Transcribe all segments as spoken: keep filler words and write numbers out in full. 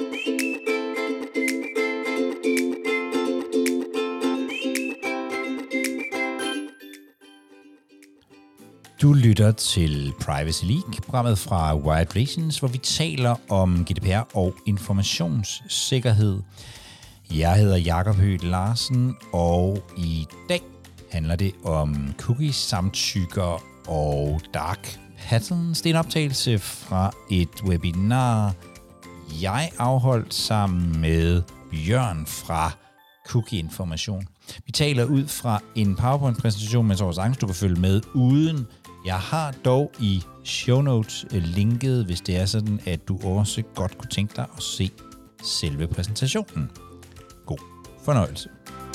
Du lytter til Privacy League, programmet fra Wired Relations, hvor vi taler om G D P R og informationssikkerhed. Jeg hedder Jakob Høgh Larsen, og i dag handler det om cookies, samtykker og dark patterns. Det er en optagelse fra et webinar, jeg afholdt sammen med Bjørn fra Cookie Information. Vi taler ud fra en PowerPoint-præsentation, men så sagtens du kan følge med uden. Jeg har dog i show notes linket, hvis det er sådan, at du også godt kunne tænke dig at se selve præsentationen. God fornøjelse.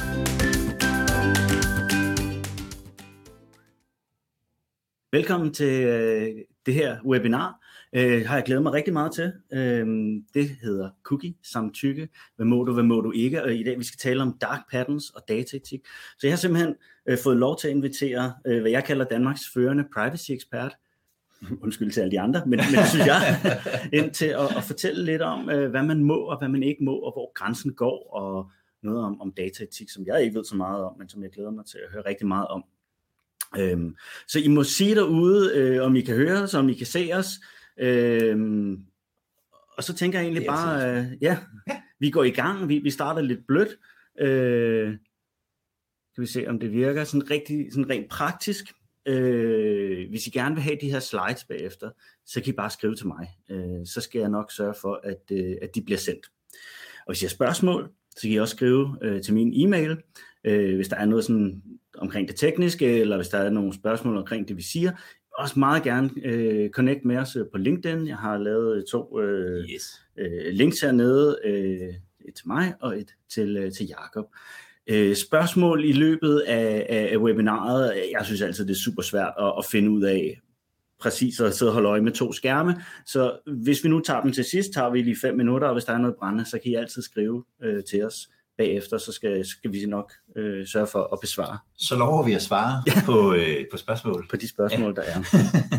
Velkommen til øh, det her webinar. Øh, har jeg glædet mig rigtig meget til. Øh, det hedder Cookie Samtykke. Hvad må du, hvad må du ikke? Og i dag vi skal tale om dark patterns og dataetik. Så jeg har simpelthen øh, fået lov til at invitere, øh, hvad jeg kalder Danmarks førende privacy-ekspert. Undskyld til alle de andre, men, men synes jeg, ind til at, at fortælle lidt om, øh, hvad man må og hvad man ikke må, og hvor grænsen går, og noget om, om dataetik, som jeg ikke ved så meget om, men som jeg glæder mig til at høre rigtig meget om. Øhm, så I må sige derude, øh, om I kan høre os, om I kan se os. Øhm, og så tænker jeg egentlig bare, øh, ja, vi går i gang. Vi, vi starter lidt blødt. Øh, kan vi se, om det virker sådan rigtig, sådan rent praktisk. Øh, hvis I gerne vil have de her slides bagefter, så kan I bare skrive til mig. Øh, så skal jeg nok sørge for, at, øh, at de bliver sendt. Og hvis I har spørgsmål, så kan I også skrive øh, til min e-mail, øh, hvis der er noget sådan omkring det tekniske, eller hvis der er nogle spørgsmål omkring det, vi siger. Også meget gerne øh, connect med os på LinkedIn. Jeg har lavet to øh, yes. øh, links hernede, øh, et til mig og et til, øh, til Jakob. Øh, spørgsmål i løbet af, af, af webinaret, jeg synes altid, det er super svært at, at finde ud af præcis at sidde og holde øje med to skærme. Så hvis vi nu tager dem til sidst, tager vi lige fem minutter, og hvis der er noget brændende, så kan I altid skrive øh, til os bagefter, så skal, skal vi nok øh, sørge for at besvare. Så lover vi at svare ja. på, øh, på spørgsmål. På de spørgsmål, ja. der er.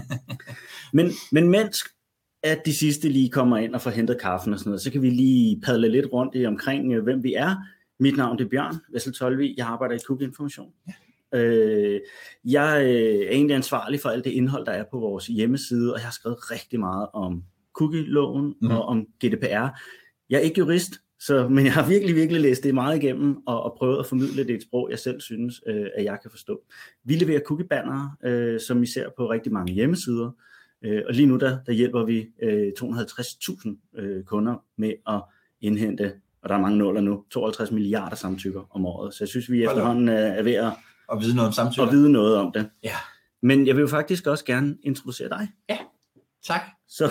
men, men mens at de sidste lige kommer ind og får hentet kaffen og sådan noget, så kan vi lige padle lidt rundt i omkring, øh, hvem vi er. Mit navn er Bjørn Wessel-Tolvig. Jeg arbejder i Cookie Information. Ja. Øh, jeg øh, er egentlig ansvarlig for alt det indhold, der er på vores hjemmeside, og jeg har skrevet rigtig meget om cookie-loven mm. og om G D P R. Jeg er ikke jurist, Så, men jeg har virkelig, virkelig læst det meget igennem, og, og prøvet at formidle det i et sprog, jeg selv synes, øh, at jeg kan forstå. Vi leverer cookie-bannere, øh, som I ser på rigtig mange hjemmesider, øh, og lige nu der, der hjælper vi øh, to hundrede og halvtreds tusind øh, kunder med at indhente, og der er mange nuller nu, tooghalvtreds milliarder samtykker om året. Så jeg synes, vi efterhånden øh, er ved at og vide noget om samtykker. Og vide noget om det. Ja. Men jeg vil jo faktisk også gerne introducere dig. Ja, tak. Så.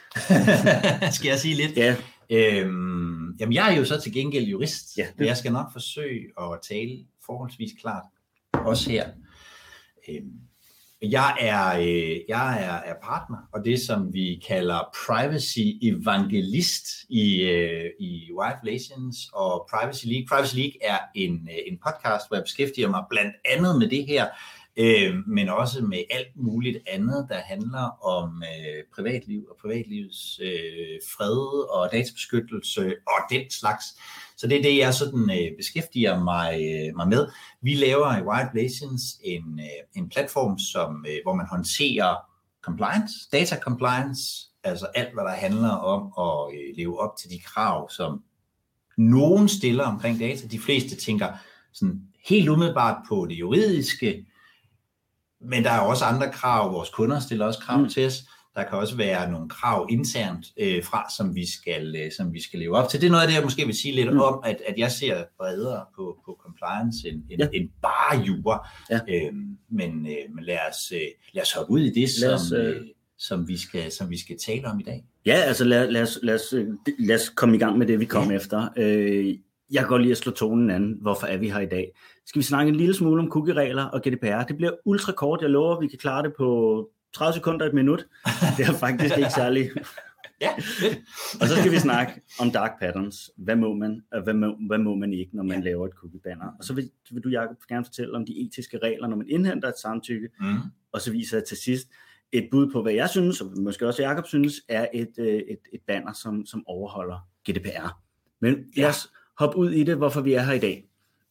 Skal jeg sige lidt? Ja. Øhm, jamen jeg er jo så til gengæld jurist, ja, men jeg skal nok forsøge at tale forholdsvis klart, også her. Øhm, jeg, er, øh, jeg er, er partner, og det som vi kalder privacy evangelist i, øh, i Wired Relations og Privacy League. Privacy League er en, en podcast, hvor jeg beskæftiger mig blandt andet med det her, Øh, men også med alt muligt andet, der handler om øh, privatliv og privatlivets øh, fred og databeskyttelse og den slags. Så det er det, jeg sådan øh, beskæftiger mig, øh, mig med. Vi laver i Wired Relations en, øh, en platform, som, øh, hvor man håndterer compliance, data compliance, altså alt, hvad der handler om at øh, leve op til de krav, som nogen stiller omkring data. De fleste tænker sådan helt umiddelbart på det juridiske, men der er også andre krav, vores kunder stiller også krav mm. til os. Der kan også være nogle krav internt øh, fra, som vi, skal, øh, som vi skal leve op til. Det er noget af det, jeg måske vil sige lidt mm. om, at, at jeg ser bredere på, på compliance end, end, ja. end bare jura. Ja. Øhm, men øh, men lad, os, øh, lad os hoppe ud i det, som, os, øh, som, vi skal, som vi skal tale om i dag. Ja, altså lad, lad, os, lad, os, lad os komme i gang med det, vi kom ja. efter. Øh, Jeg kan godt lide at slå tonen an. Hvorfor er vi her i dag? Skal vi snakke en lille smule om cookie-regler og G D P R? Det bliver ultra kort. Jeg lover, vi kan klare det på tredive sekunder, et minut. Det er faktisk ikke særlig. Ja. Og så skal vi snakke om dark patterns. Hvad må man, og hvad må, hvad må man ikke, når man ja. laver et cookie-banner? Og så vil, vil du, Jacob, gerne fortælle om de etiske regler, når man indhenter et samtykke. Mm. Og så viser jeg til sidst et bud på, hvad jeg synes, og måske også Jacob synes, er et, et, et banner, som, som overholder G D P R. Men lad os hoppe ud i det, hvorfor vi er her i dag.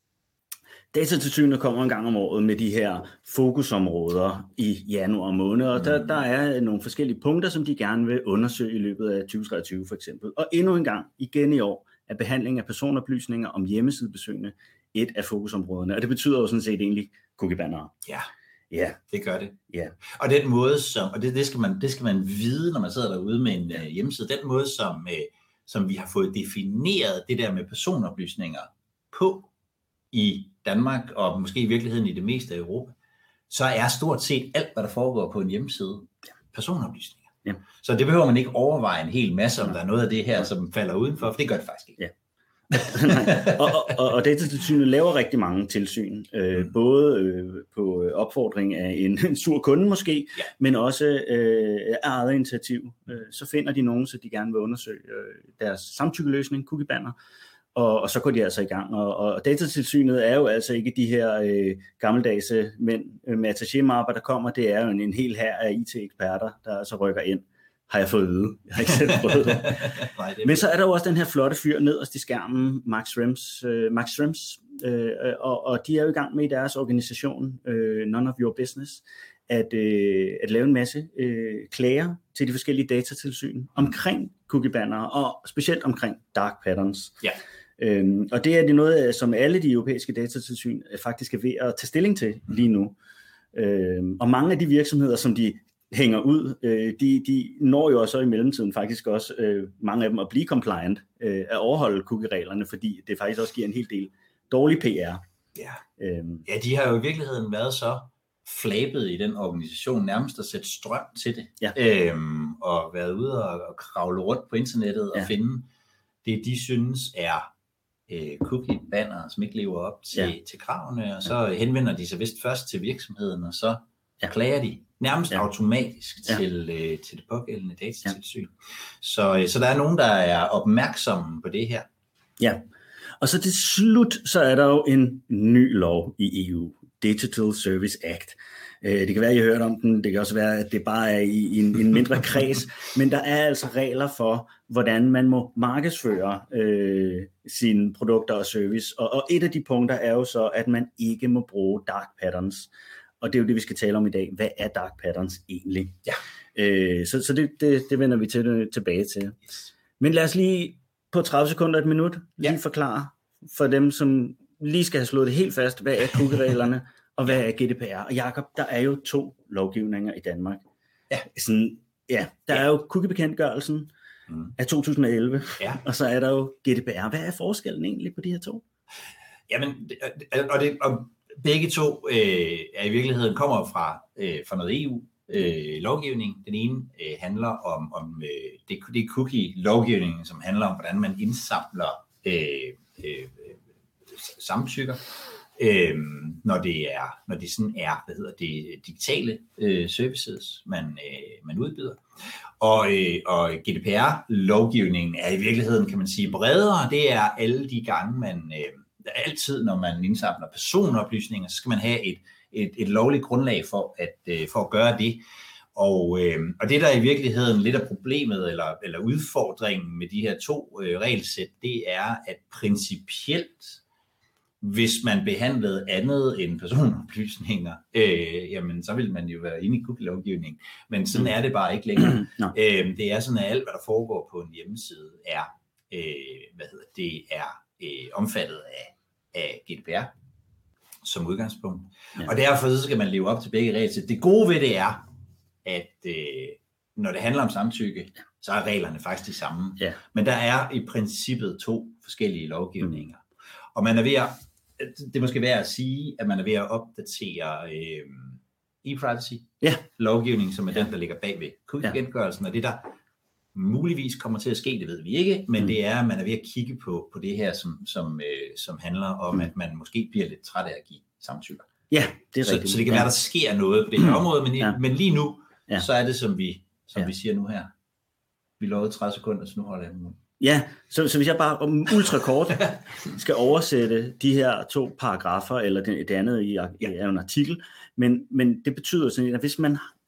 Datatilsynet kommer en gang om året med de her fokusområder i januar måned, og der, der er nogle forskellige punkter, som de gerne vil undersøge i løbet af tyve treogtyve for eksempel. Og endnu en gang, igen i år, er behandling af personoplysninger om hjemmesidebesøgende et af fokusområderne, og det betyder jo sådan set egentlig cookie-bannere. Ja. Ja, det gør det. Ja. Og den måde, som, og det, det, skal man, det skal man vide, når man sidder derude med en uh, hjemmeside, den måde, som, uh, som vi har fået defineret det der med personoplysninger på i Danmark, og måske i virkeligheden i det meste af Europa, så er stort set alt, hvad der foregår på en hjemmeside, personoplysninger. Ja. Så det behøver man ikke overveje en hel masse, om der er noget af det her, som falder udenfor, for det gør det faktisk ikke. Ja. og, og, og Datatilsynet laver rigtig mange tilsyn, øh, mm. både øh, på opfordring af en, en sur kunde måske, ja. men også øh, af eget initiativ. Øh, så finder de nogen, så de gerne vil undersøge øh, deres samtykkeløsning, cookie-banner, og, og så går de altså i gang. Og, og Datatilsynet er jo altså ikke de her øh, gammeldags mænd med attaché-mapper, der kommer. Det er jo en, en hel hær af I T-eksperter, der altså rykker ind. Har jeg fået at vide. Jeg har ikke selv prøvet det. Nej, det Men så er der jo også den her flotte fyr nederst i skærmen, Max Schrems, øh, Max Schrems øh, og, og de er jo i gang med i deres organisation, øh, None of Your Business, at, øh, at lave en masse øh, klager til de forskellige datatilsyn omkring cookie-bannere, og specielt omkring dark patterns. Ja. Øhm, og det er det noget, som alle de europæiske datatilsyn faktisk er ved at tage stilling til lige nu. Øhm, og mange af de virksomheder, som de hænger ud, øh, de, de når jo også i mellemtiden faktisk også øh, mange af dem at blive compliant, øh, at overholde cookie-reglerne, fordi det faktisk også giver en hel del dårlig P R. Ja. Øhm. ja, de har jo i virkeligheden været så flabet i den organisation, nærmest at sætte strøm til det, ja. øhm, og været ude og, og kravle rundt på internettet ja. og finde det, de synes er øh, cookie-banner, som ikke lever op til, ja. til kravene, og så ja. henvender de sig vist først til virksomheden, og så ja. klager de nærmest ja. automatisk ja. til, øh, til det pågældende datatilsyn. Ja. Så, så der er nogen, der er opmærksomme på det her. Ja, og så til slut, så er der jo en ny lov i E U, Digital Service Act. Det kan være, at I har hørt om den, det kan også være, at det bare er i en, en mindre kreds, men der er altså regler for, hvordan man må markedsføre øh, sine produkter og service, og, og et af de punkter er jo så, at man ikke må bruge dark patterns. Og det er jo det, vi skal tale om i dag. Hvad er dark patterns egentlig? Ja. Øh, så så det, det, det vender vi til, tilbage til. Yes. Men lad os lige på tredive sekunder et minut lige ja. forklare for dem, som lige skal have slået det helt fast, hvad er cookie-reglerne, og hvad er G D P R? Og Jacob, der er jo to lovgivninger i Danmark. Ja. Sådan, ja, der ja. er jo cookie-bekendtgørelsen mm. af to tusind og elleve, ja. og så er der jo G D P R. Hvad er forskellen egentlig på de her to? Jamen, og, det, og begge to øh, er i virkeligheden kommer fra, øh, fra noget E U-lovgivning. Øh, Den ene øh, handler om, om øh, det, det cookie-lovgivningen, som handler om, hvordan man indsamler øh, øh, samtykker, øh, når det er, når det sådan er, hvad hedder det, digitale øh, services, man, øh, man udbyder. Og, øh, og G D P R-lovgivningen er i virkeligheden, kan man sige, bredere. Det er alle de gange, man øh, altid, når man indsamler personoplysninger, så skal man have et, et, et lovligt grundlag for at, øh, for at gøre det. Og, øh, og det, der i virkeligheden lidt af problemet eller, eller udfordringen med de her to øh, regelsæt, det er, at principielt, hvis man behandlede andet end personoplysninger, øh, jamen så vil man jo være inde i cookie-lovgivningen. Men sådan er det bare ikke længere. no. øh, det er sådan, at alt, hvad der foregår på en hjemmeside, er, øh, hvad hedder det, er øh, omfattet af, af G D P R som udgangspunkt. Ja. Og derfor så skal man leve op til begge regler. Det gode ved det er, at øh, når det handler om samtykke, så er reglerne faktisk de samme. Ja. Men der er i princippet to forskellige lovgivninger. Mm. Og man er ved at, det er måske værd at sige, at man er ved at opdatere øh, e-privacy-lovgivningen, ja. som er den, der ligger bag ved cookie-bekendtgørelsen, og det der muligvis kommer til at ske, det ved vi ikke, men mm. det er, at man er ved at kigge på, på det her, som, som, øh, som handler om, mm. at man måske bliver lidt træt af at give samtykker. Ja, det er så, rigtigt. Så det kan være, ja. der sker noget på det her område, men, ja. men lige nu, ja. så er det, som vi, som ja. vi siger nu her. Vi lovede tredive sekunder, så nu holder jeg nu. Ja, så, så hvis jeg bare om ultrakort skal oversætte de her to paragrafer, eller det, det andet i, i en artikel, men, men det betyder sådan, at hvis man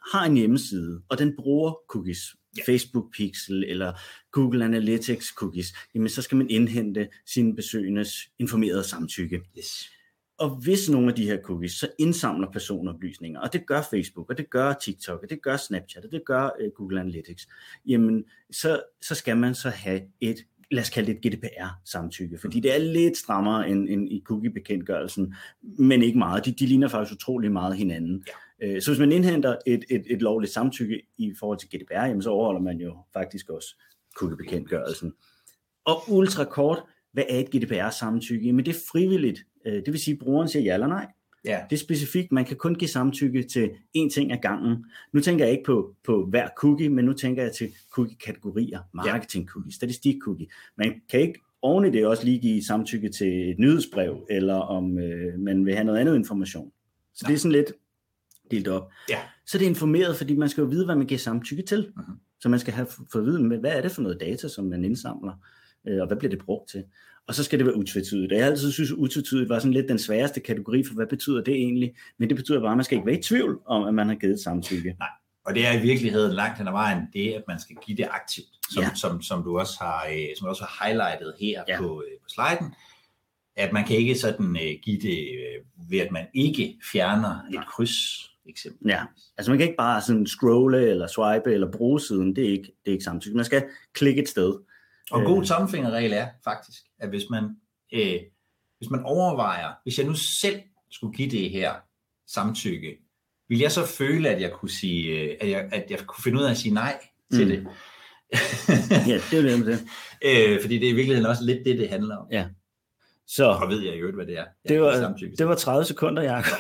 har en hjemmeside, og den bruger cookies, ja. Facebook Pixel eller Google Analytics cookies, jamen så skal man indhente sine besøgendes informerede samtykke. Yes. Og hvis nogle af de her cookies, så indsamler personoplysninger, og det gør Facebook, og det gør TikTok, og det gør Snapchat, og det gør uh, Google Analytics, jamen så, så skal man så have et, lad os kalde det et G D P R-samtykke, fordi det er lidt strammere end, end i cookie-bekendtgørelsen, men ikke meget. De, de ligner faktisk utrolig meget hinanden. Ja. Så hvis man indhenter et, et, et lovligt samtykke i forhold til G D P R, jamen så overholder man jo faktisk også cookie-bekendtgørelsen. Og ultra kort, hvad er et G D P R-samtykke? Men det er frivilligt. Det vil sige, at brugeren siger ja eller nej. Ja. Det er specifikt. Man kan kun give samtykke til én ting ad gangen. Nu tænker jeg ikke på, på hver cookie, men nu tænker jeg til cookie-kategorier, marketing-cookie, statistik-cookie. Man kan ikke oven i det også lige give samtykke til et nyhedsbrev, eller om øh, man vil have noget andet information. Så nej. Det er sådan lidt delt op. Ja. Så det er informeret, fordi man skal jo vide, hvad man giver samtykke til. Mm-hmm. Så man skal have få at vide, hvad er det for noget data, som man indsamler, og hvad bliver det brugt til. Og så skal det være utvetydigt. Jeg har altid synes, at utvetydigt var sådan lidt den sværeste kategori, for hvad betyder det egentlig? Men det betyder bare, at man skal ikke være i tvivl om, at man har givet samtykke. Nej, og det er i virkeligheden langt hen ad vejen det, at man skal give det aktivt, som, ja. som, som du også har, som du også har highlightet her ja. på, på sliden. At man kan ikke sådan uh, give det, uh, ved at man ikke fjerner Nej. et kryds, eksempel. Ja, altså man kan ikke bare sådan scrolle eller swipe eller bruge siden, det er ikke, det er ikke samtykke. Man skal klikke et sted. Og en god tommelfingerregel er faktisk, at hvis man, øh, hvis man overvejer, hvis jeg nu selv skulle give det her samtykke, vil jeg så føle, at jeg kunne sige, øh, at, jeg, at jeg kunne finde ud af at sige nej til mm. det? Ja, det er jo det med det. øh, fordi det er i virkeligheden også lidt det, det handler om. Ja. Så, og ved jeg jo ikke, hvad det er. Det var, det var tredive sekunder, Jacob.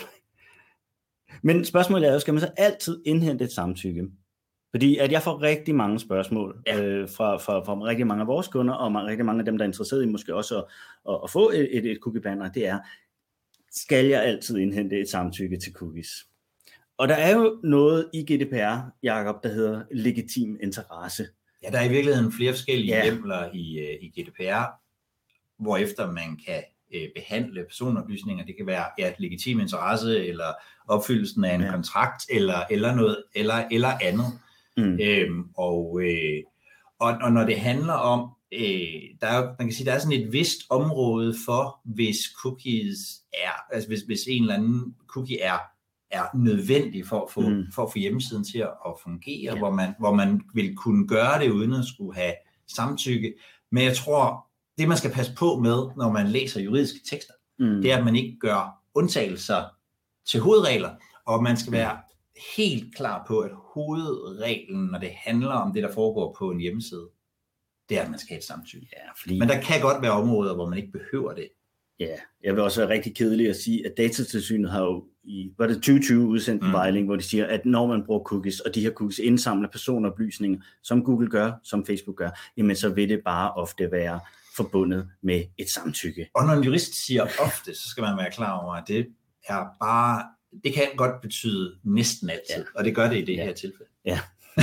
Men spørgsmålet er jo, skal man så altid indhente et samtykke? Fordi at jeg får rigtig mange spørgsmål ja. øh, fra, fra, fra rigtig mange af vores kunder, og rigtig mange af dem, der er interesseret i måske også at, at, at få et, et, et cookie-banner, det er, skal jeg altid indhente et samtykke til cookies? Og der er jo noget i G D P R, Jacob, der hedder legitim interesse. Ja, der er i virkeligheden flere forskellige ja. hjemler i, i G D P R, hvorefter man kan øh, behandle personoplysninger. Det kan være ja, legitim interesse, eller opfyldelsen af en ja. kontrakt, eller, eller noget, eller, eller andet. Mm. Øhm, og, øh, og, og når det handler om, øh, der er, man kan sige, der er sådan et vist område for, hvis cookies er, altså hvis, hvis en eller anden cookie er, er nødvendig for at få, mm. for at få hjemmesiden til at, at fungere, ja. hvor, man, hvor man vil kunne gøre det uden at skulle have samtykke. Men jeg tror, det man skal passe på med, når man læser juridiske tekster, mm. det er, at man ikke gør undtagelser til hovedregler, og man skal være helt klar på, at hovedreglen, når det handler om det, der foregår på en hjemmeside, det er, at man skal have et samtykke. Ja, fordi... Men der kan godt være områder, hvor man ikke behøver det. Ja, jeg vil også være rigtig kedelig at sige, at Datatilsynet har jo i, var det tyve tyve udsendt en mm. vejledning, hvor de siger, at når man bruger cookies, og de her cookies indsamler personoplysninger, som Google gør, som Facebook gør, jamen så vil det bare ofte være forbundet med et samtykke. Og når en jurist siger ofte, så skal man være klar over, at det er bare, det kan godt betyde næsten altid, ja. Og det gør det i det ja. her tilfælde. Ja.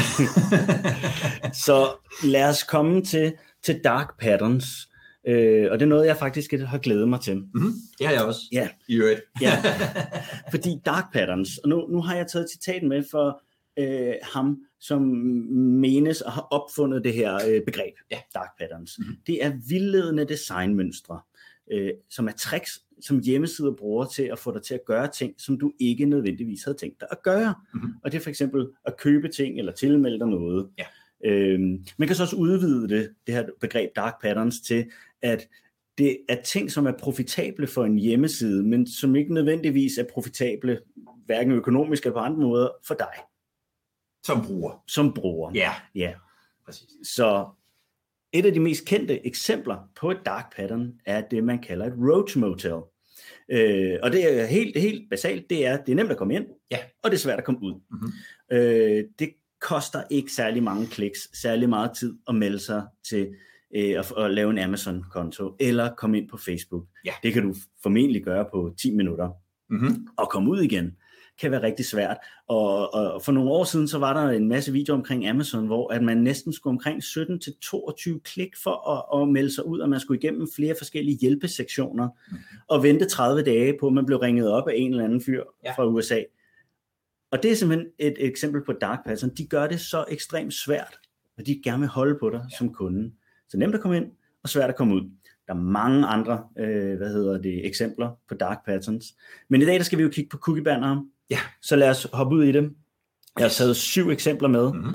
Så lad os komme til, til dark patterns. Øh, og det er noget, jeg faktisk har glædet mig til. Mm-hmm. Det har jeg også. Ja. I øvrigt. Ja. Fordi dark patterns, og nu, nu har jeg taget citaten med for øh, ham, som menes at have opfundet det her øh, begreb, ja. dark patterns. Mm-hmm. Det er vildledende designmønstre, øh, som er tricks, som hjemmesider bruger til at få dig til at gøre ting, som du ikke nødvendigvis havde tænkt dig at gøre. Mm-hmm. Og det er for eksempel at købe ting, eller tilmelde dig noget. Ja. Øhm, man kan så også udvide det, det her begreb dark patterns til, at det er ting, som er profitable for en hjemmeside, men som ikke nødvendigvis er profitable, hverken økonomisk eller på andre måder, for dig. Som bruger. Som bruger. Ja, ja. Præcis. Så et af de mest kendte eksempler på et dark pattern er det, man kalder et roach motel. Øh, og det er helt, helt basalt, det er, det er nemt at komme ind, ja. og det er svært at komme ud. Mm-hmm. Øh, det koster ikke særlig mange kliks, særlig meget tid at melde sig til øh, at, at lave en Amazon-konto, eller komme ind på Facebook. Ja. Det kan du formentlig gøre på ti minutter. Mm-hmm. Og komme ud igen kan være rigtig svært. Og, og for nogle år siden, så var der en masse videoer omkring Amazon, hvor at man næsten skulle omkring sytten til toogtyve klik for at, at melde sig ud, og man skulle igennem flere forskellige hjælpesektioner, mm-hmm. og vente tredive dage på, at man blev ringet op af en eller anden fyr ja. fra U S A. Og det er simpelthen et eksempel på dark pattern. De gør det så ekstremt svært, og de gerne vil holde på dig ja. som kunde. Så nemt at komme ind, og svært at komme ud. Der er mange andre øh, hvad hedder det, eksempler på dark patterns. Men i dag der skal vi jo kigge på cookie bannere. Ja. Så lad os hoppe ud i det. Jeg har taget syv eksempler med. Mm-hmm.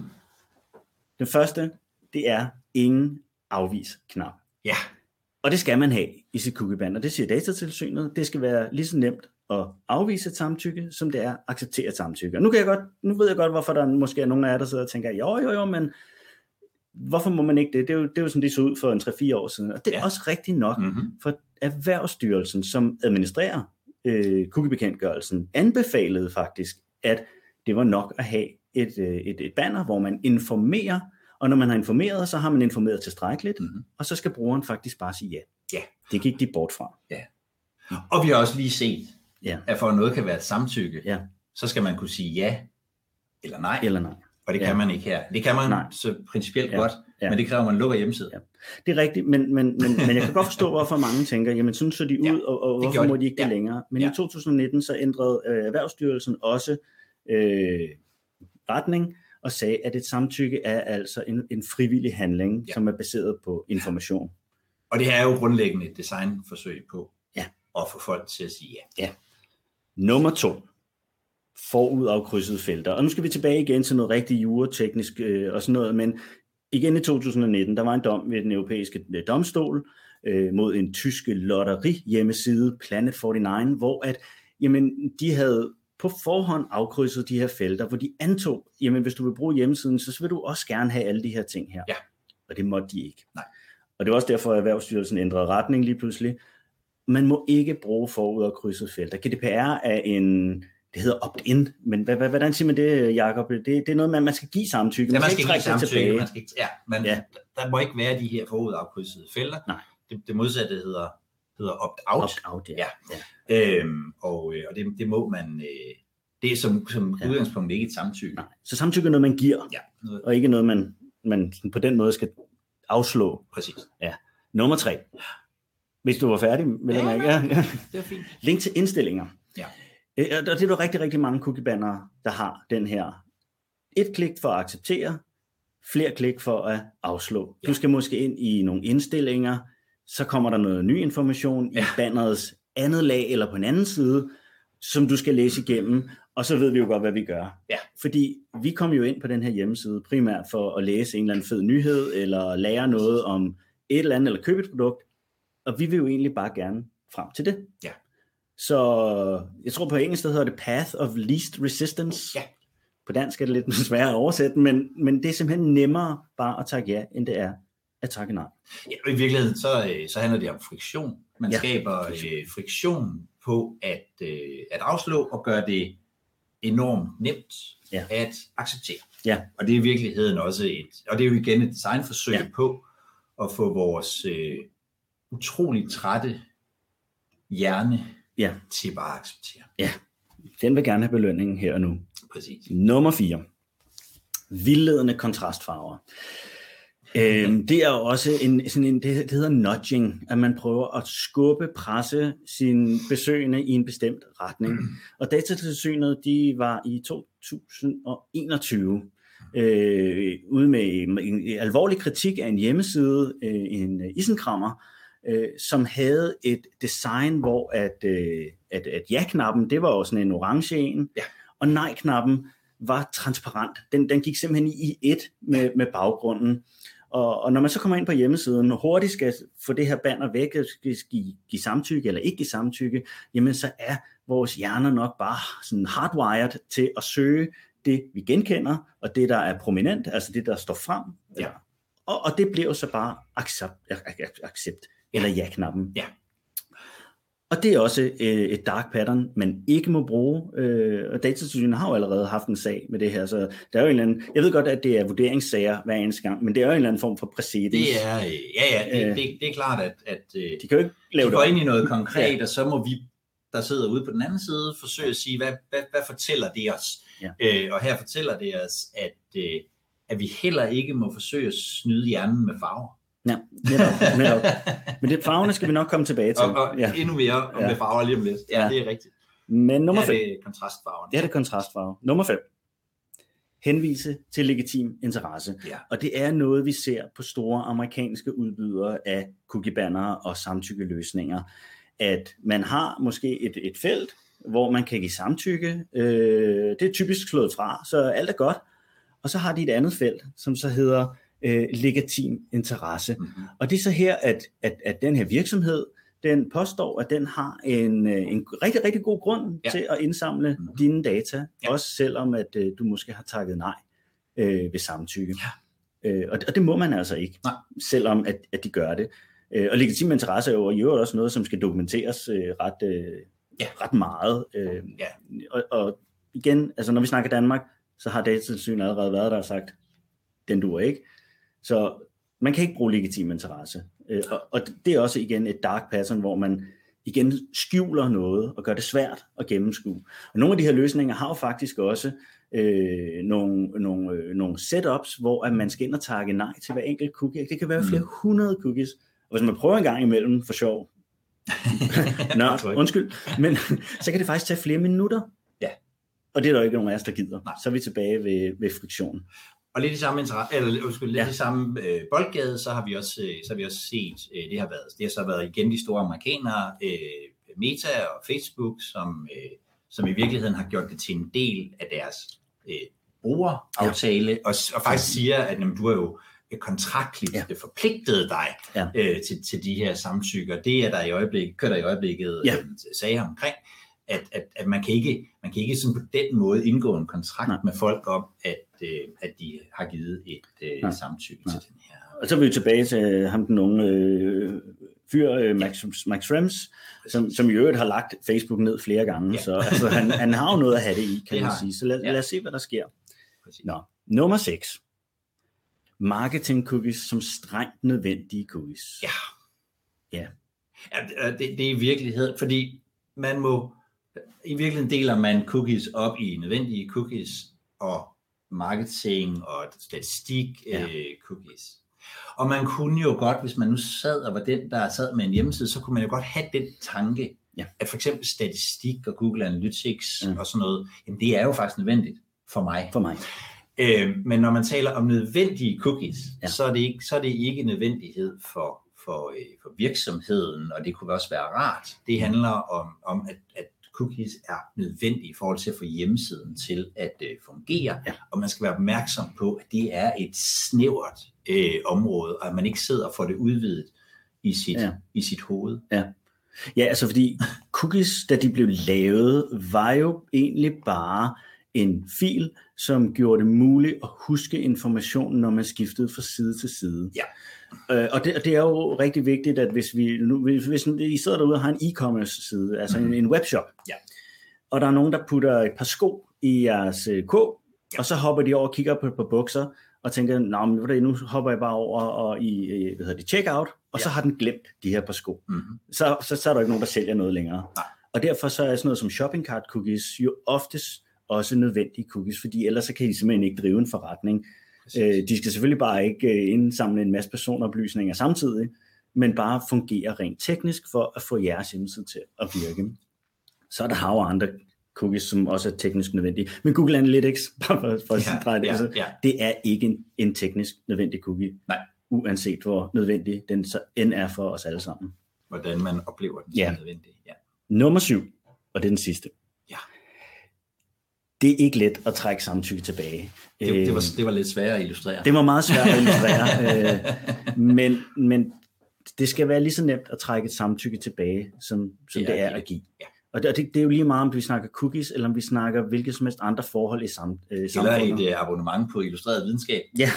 Den første, det er ingen afvis-knap. Ja. Og det skal man have i sit cookie banner. Det siger Datatilsynet. Det skal være lige så nemt at afvise et samtykke, som det er at acceptere et samtykke. Og nu, kan jeg godt, nu ved jeg godt, hvorfor der måske er nogen af jer, der sidder og tænker, jo, jo, jo, men hvorfor må man ikke det? Det er jo, det er jo sådan, det så ud for en tre fire år siden. Og det er ja. også rigtigt nok, mm-hmm. for Erhvervsstyrelsen, som administrerer øh, cookiebekendtgørelsen, anbefalede faktisk, at det var nok at have et, øh, et, et banner, hvor man informerer, og når man har informeret, så har man informeret tilstrækkeligt, mm-hmm. og så skal brugeren faktisk bare sige ja. Ja. Det gik de bort fra. Ja. Og vi har også lige set, ja. at for noget kan være et samtykke, ja. så skal man kunne sige ja eller nej. Eller nej. Og det kan ja. man ikke her. Det kan man nej. så principielt ja. godt, ja. men det kræver, at man lukker hjemmesiden. Ja. Det er rigtigt, men, men, men, men jeg kan godt forstå, hvorfor mange tænker, jamen sådan så de ud, ja. og, og hvorfor må de ikke det ja. længere. Men ja. i to tusind nitten så ændrede øh, Erhvervsstyrelsen også øh, retning, og sagde, at et samtykke er altså en, en frivillig handling, ja. som er baseret på information. Og det her er jo grundlæggende et designforsøg på ja. at få folk til at sige ja. ja. Nummer to. Forud afkrydsede felter. Og nu skal vi tilbage igen til noget rigtig jurateknisk øh, og sådan noget, men igen i to tusind nitten, der var en dom ved den europæiske øh, domstol øh, mod en tyske lotteri hjemmeside, Planet forty-nine, hvor at, jamen, de havde på forhånd afkrydset de her felter, hvor de antog, jamen hvis du vil bruge hjemmesiden, så vil du også gerne have alle de her ting her. Ja. Og det måtte de ikke. Nej. Og det var også derfor, at Erhvervsstyrelsen ændrede retning lige pludselig. Man må ikke bruge forud afkrydsede felter. G D P R er en, det hedder opt-in, men hvordan siger man det, Jacob? Det, det er noget, man, man skal give samtykke. Ja, man skal, skal ikke give samtykke. Man skal, ja, men ja. der må ikke være de her forud afkrydsede felter. Nej. Det, det modsatte hedder, hedder opt-out. Opt-out, ja. ja. ja. Øhm, og og det, det må man... Øh, det er som, som ja. udgangspunkt ikke et samtykke. Nej. Så samtykke er noget, man giver, ja, noget. og ikke noget, man, man på den måde skal afslå. Præcis. Ja. Nummer tre. Hvis du var færdig, vil ja, jeg ikke. Ja, ja. Det er fint. Link til indstillinger. Ja. Og det er jo rigtig, rigtig mange cookie-bannere, der har den her. Et klik for at acceptere, flere klik for at afslå. Ja. Du skal måske ind i nogle indstillinger, så kommer der noget ny information ja. i bannerets andet lag eller på en anden side, som du skal læse igennem, og så ved vi jo godt, hvad vi gør. Ja. Fordi vi kom jo ind på den her hjemmeside primært for at læse en eller anden fed nyhed, eller lære noget om et eller andet, eller købe et produkt, og vi vil jo egentlig bare gerne frem til det. Ja. Så jeg tror på engelsk, der hedder det Path of Least Resistance. Ja. På dansk er det lidt sværere at oversætte, men, men det er simpelthen nemmere bare at takke ja, end det er at takke nej. Ja, og i virkeligheden, så, så handler det om friktion. Man ja. skaber øh, friktion på at, øh, at afslå og gøre det enormt nemt ja. at acceptere. Ja. Og det er i virkeligheden også et, og det er jo igen et designforsøg ja. på at få vores øh, utroligt trætte hjerne ja. til bare at acceptere. Ja, den vil gerne have belønningen her og nu. Præcis. Nummer fire. Vildledende kontrastfarver. Øhm, det er jo også en, sådan en, det hedder nudging, at man prøver at skubbe, presse sine besøgende i en bestemt retning. Mm. Og Datatilsynet, de var i to tusind enogtyve øh, ude med en, en alvorlig kritik af en hjemmeside, øh, en isenkrammer, øh, som havde et design, hvor at, øh, at, at ja-knappen, det var jo sådan en orange en, ja. og nej-knappen var transparent. Den, den gik simpelthen i et med, med baggrunden. Og, og når man så kommer ind på hjemmesiden, og hurtigt skal få det her banner væk, skal give, give samtykke eller ikke give samtykke, jamen så er vores hjerner nok bare sådan hardwired til at søge det, vi genkender, og det, der er prominent, altså det, der står frem. Ja. Og, og det bliver så bare accept, accept eller ja-knappen. Ja. Og det er også øh, et dark pattern, man ikke må bruge. Øh, og Datatilsynet har jo allerede haft en sag med det her, så der er jo en eller anden, jeg ved godt, at det er vurderingssager hver eneste gang, men det er jo en eller anden form for præcedens. Det er, ja, ja, det, det, det er klart, at, at de kan jo ikke lave de går ind i noget konkret, ja. og så må vi, der sidder ude på den anden side, forsøge at sige, hvad, hvad, hvad fortæller det os? Ja. Øh, og her fortæller det os, at, øh, at vi heller ikke må forsøge at snyde hjernen med farver. Ja, netop, netop. Men det farverne skal vi nok komme tilbage til. Og, og ja. endnu mere om ja. med farver lige om lidt. Ja, ja. det er rigtigt. Men nummer ja, fem. det er kontrastfarven. Ja, det er kontrastfarve. Nummer fem. Henvise til legitim interesse. Ja. Og det er noget, vi ser på store amerikanske udbydere af cookie-bannere og samtykkeløsninger. At man har måske et, et felt, hvor man kan give samtykke. Øh, det er typisk slået fra, så alt er godt. Og så har de et andet felt, som så hedder øh, legitim interesse. Mm-hmm. Og det er så her, at, at, at den her virksomhed, den påstår, at den har en, en rigtig, rigtig god grund ja. til at indsamle mm-hmm. dine data, ja. også selvom at øh, du måske har takket nej øh, ved samtykke. Ja. Øh, og, og det må man altså ikke, nej. selvom at, at de gør det. Øh, og legitim interesse er jo i øvrigt også noget, som skal dokumenteres øh, ret, øh, ja. ret meget. Øh, ja. og, og igen, altså når vi snakker Danmark, så har Datatilsynet allerede været der og sagt, den duer ikke. Så man kan ikke bruge legitim interesse. Øh, og, og det er også igen et dark pattern, hvor man igen skjuler noget og gør det svært at gennemskue. Og nogle af de her løsninger har jo faktisk også øh, nogle, nogle, øh, nogle setups, hvor at man skal ind og takke nej til hver enkelt cookie. Det kan være flere hundrede cookies. Og hvis man prøver en gang imellem for sjov, Nå, undskyld, men så kan det faktisk tage flere minutter. Ja. Og det er der ikke nogen af os, der gider. Nej. Så er vi tilbage ved, ved friktionen. Og lidt i samme interesse, eller undskyld, lidt ja. i samme øh, boldgade, så har vi også øh, så har vi også set øh, det har været det har så været igen de store amerikanere, øh, Meta og Facebook, som øh, som i virkeligheden har gjort det til en del af deres øh, brugeraftale ja. og, og faktisk siger, at jamen, du er jo kontraktligt ja. forpligtet dig ja. øh, til, til de her samtykker. Det er der i øjeblikket, kører der i øjeblikket ja. øh, sager omkring, at, at, at man kan ikke man kan ikke sådan på den måde indgå en kontrakt Nej. med folk om, at, øh, at de har givet et øh, samtykke Nej. til den her. Og så er vi jo tilbage til ham den unge øh, fyr, øh, Max, ja. Max Schrems, som, som i øvrigt har lagt Facebook ned flere gange, ja. så altså, han, han har jo noget at have det i, kan det man sige. Så lad, ja. lad os se, hvad der sker. Nå. Nummer seks. Marketing cookies som strengt nødvendige cookies. Ja. Ja. ja det, det er i virkeligheden, fordi man må, i virkeligheden deler man cookies op i nødvendige cookies og marketing og statistik ja. øh, cookies. Og man kunne jo godt, hvis man nu sad og var den, der sad med en hjemmeside, så kunne man jo godt have den tanke, ja. at for eksempel statistik og Google Analytics ja. og sådan noget, jamen det er jo faktisk nødvendigt for mig. For mig. Øh, men når man taler om nødvendige cookies, ja. så, er det ikke, så er det ikke nødvendighed for, for, øh, for virksomheden, og det kunne også være rart. Det handler om, om at, at cookies er nødvendige i forhold til at få hjemmesiden til at øh, fungere, ja. og man skal være opmærksom på, at det er et snævert øh, område, og at man ikke sidder og får det udvidet i sit, ja. i sit hoved. Ja. ja, altså fordi cookies, da de blev lavet, var jo egentlig bare en fil, som gjorde det muligt at huske informationen, når man skiftede fra side til side. Ja. Øh, og, det, og det er jo rigtig vigtigt, at hvis vi nu, hvis, hvis I sidder derude og har en e-commerce side, altså mm. en, en webshop, ja. og der er nogen, der putter et par sko i jeres uh, kog, ja. og så hopper de over og kigger på, på bukser, og tænker, nå, men nu hopper jeg bare over og i hvad hedder det, checkout, og ja. så har den glemt de her par sko. Mm. Så, så, så er der ikke nogen, der sælger noget længere. Nej. Og derfor så er sådan noget som shopping cart cookies jo oftest også nødvendige cookies, fordi ellers så kan de simpelthen ikke drive en forretning. Øh, de skal selvfølgelig bare ikke øh, indsamle en masse personoplysninger samtidig, men bare fungere rent teknisk for at få jeres hjemmeside til at virke. Så er der hav og andre cookies, som også er teknisk nødvendige. Men Google Analytics, bare for, for ja, at sige det, ja, altså, ja. det er ikke en, en teknisk nødvendig cookie, Nej. uanset hvor nødvendig den så end er for os alle sammen. Hvordan man oplever den ja. som nødvendig. Ja. Nummer syv, og det er den sidste. Ja. Det er ikke let at trække samtykke tilbage. Det, det, var, det var lidt sværere at illustrere. Det var meget svært at illustrere. men, men det skal være lige så nemt at trække et samtykke tilbage, som, som det er, det er at give. Ja. Og det, det er jo lige meget, om vi snakker cookies, eller om vi snakker hvilket som helst andre forhold i sam, øh, samfundet. Eller et uh, abonnement på Illustreret Videnskab. Ja,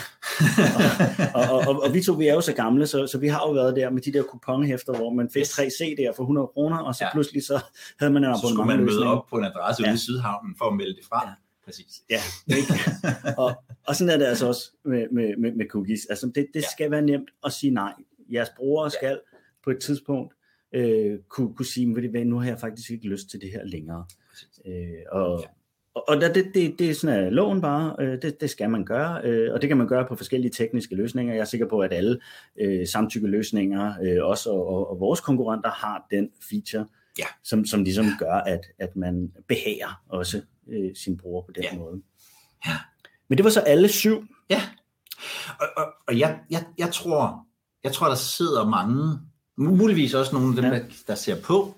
og, og, og, og vi to, vi er jo så gamle, så, så vi har jo været der med de der kuponhæfter, hvor man fik tre C D'er for hundrede kroner, og så ja. pludselig så havde man en abonnement. Så skulle man møde op på en adresse ja. ude i Sydhavnen for at melde det fra. Ja. Præcis. Ja, og, og sådan er det altså også med, med, med, med cookies. Altså det, det ja. skal være nemt at sige nej. Jeres brugere skal ja. på et tidspunkt øh, kunne, kunne sige, ved nu har jeg faktisk ikke lyst til det her længere. Øh, og, ja. og, og det, det, det er sådan, at loven bare, øh, det, det skal man gøre, øh, og det kan man gøre på forskellige tekniske løsninger. Jeg er sikker på, at alle øh, samtykkeløsninger, øh, også og, og, og vores konkurrenter, har den feature. Ja. som, som ligesom gør, at, at man behager også øh, sin bruger på den ja. måde. Ja. Men det var så alle syv. Ja, og, og, og jeg, jeg, jeg, tror, jeg tror, der sidder mange, muligvis også nogle af dem, ja. der, der ser på,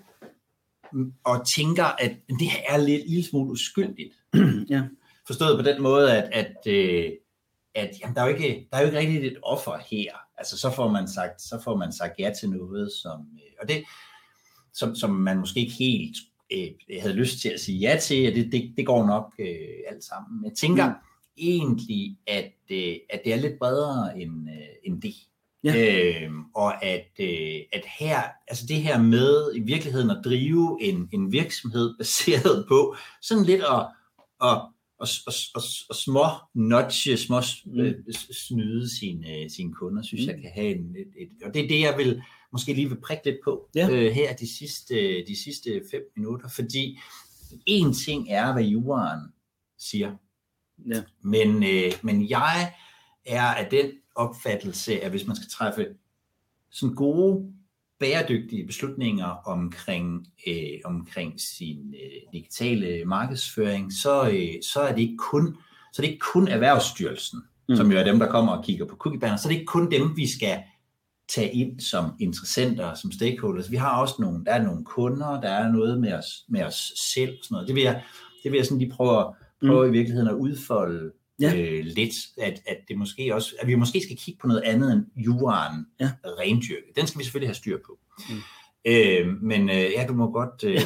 og tænker, at det her er lidt lille smule uskyldigt. Ja. Forstået på den måde, at, at, at jamen, der, er jo ikke, der er jo ikke rigtig et offer her. Altså, så får man sagt, så får man sagt ja til noget, som, og det, som, som man måske ikke helt øh, havde lyst til at sige ja til, og det, det, det går nok øh, alt sammen. Jeg tænker mm. egentlig, at, øh, at det er lidt bredere end, øh, end det. Ja. Øhm, og at, øh, at her, altså det her med i virkeligheden at drive en, en virksomhed baseret på sådan lidt at, at, at, at, at, at små nudge, små øh, snyde sine, sine kunder, synes mm. jeg kan have en, et, et, og det er det, jeg vil måske lige vil prikke lidt på ja. øh, her de sidste, de sidste fem minutter, fordi en ting er, hvad juraen siger, ja. men, øh, men jeg er af den opfattelse, at hvis man skal træffe sådan gode, bæredygtige beslutninger omkring, øh, omkring sin øh, digitale markedsføring, så, øh, så er det ikke kun, så er det ikke kun Erhvervsstyrelsen, mm. som jo er dem, der kommer og kigger på cookie-banner, så er det ikke kun dem, vi skal tage ind som interessenter, som stakeholders. Vi har også nogle, der er nogle kunder, der er noget med os, med os selv, sådan noget. Det vil jeg, det vil jeg sådan lige prøve, prøve mm. i virkeligheden at udfolde ja. øh, lidt, at, at, det måske også, at vi måske skal kigge på noget andet end juraen ja. rendyrket. Den skal vi selvfølgelig have styr på. Mm. Øh, men øh, ja, du må godt... Øh,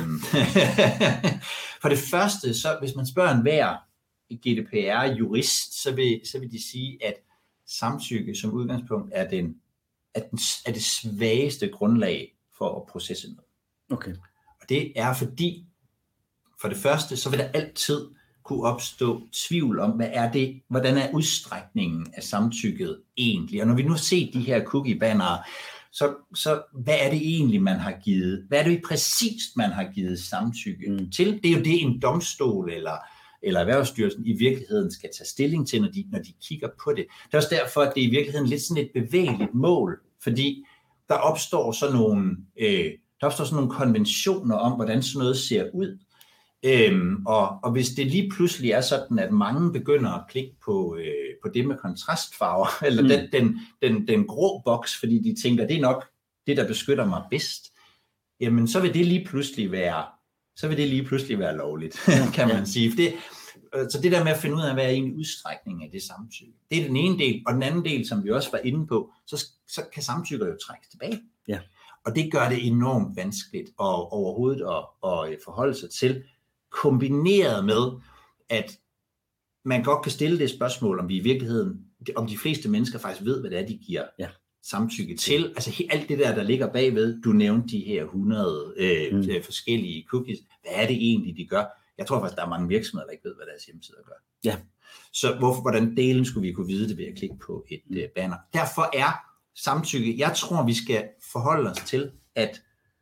for det første, så hvis man spørger en hver G D P R-jurist, så vil, så vil de sige, at samtykke som udgangspunkt er, den, er, den, er det svageste grundlag for at processe noget. Okay. Og det er fordi, for det første, så vil der altid kunne opstå tvivl om, hvad er det, hvordan er udstrækningen af samtykket egentlig? Og når vi nu ser de her cookie-bannere, så, så hvad er det egentlig, man har givet? Hvad er det præcist, man har givet samtykke mm. til? Det er jo det, en domstol eller, eller Erhvervsstyrelsen i virkeligheden skal tage stilling til, når de, når de kigger på det. Det er også derfor, at det er i virkeligheden lidt sådan et bevægeligt mål, fordi der opstår sådan nogle, øh, der opstår sådan nogle konventioner om, hvordan sådan noget ser ud. Øhm, og, og hvis det lige pludselig er sådan, at mange begynder at klikke på, øh, på det med kontrastfarver, eller mm. den, den, den, den grå boks, fordi de tænker, det er nok det, der beskytter mig bedst, jamen så vil det lige pludselig være, så vil det lige pludselig være lovligt, kan man ja. sige. For det, så det der med at finde ud af, hvad er egentlig udstrækning af det samtykke, det er den ene del, og den anden del, som vi også var inde på, så, så kan samtykker jo trækkes tilbage. Ja. Og det gør det enormt vanskeligt at overhovedet at, at forholde sig til, kombineret med, at man godt kan stille det spørgsmål, om vi i virkeligheden, om de fleste mennesker faktisk ved, hvad det er, de giver ja. samtykke til. Altså alt det der, der ligger bagved, du nævnte de her hundrede øh, mm. forskellige cookies, hvad er det egentlig, de gør? Jeg tror faktisk, der er mange virksomheder, der ikke ved, hvad deres hjemmesider gør. Ja. Så hvorfor, hvordan delen skulle vi kunne vide det ved at klikke på et mm. øh, banner? Derfor er samtykke, jeg tror, vi skal forholde os til, at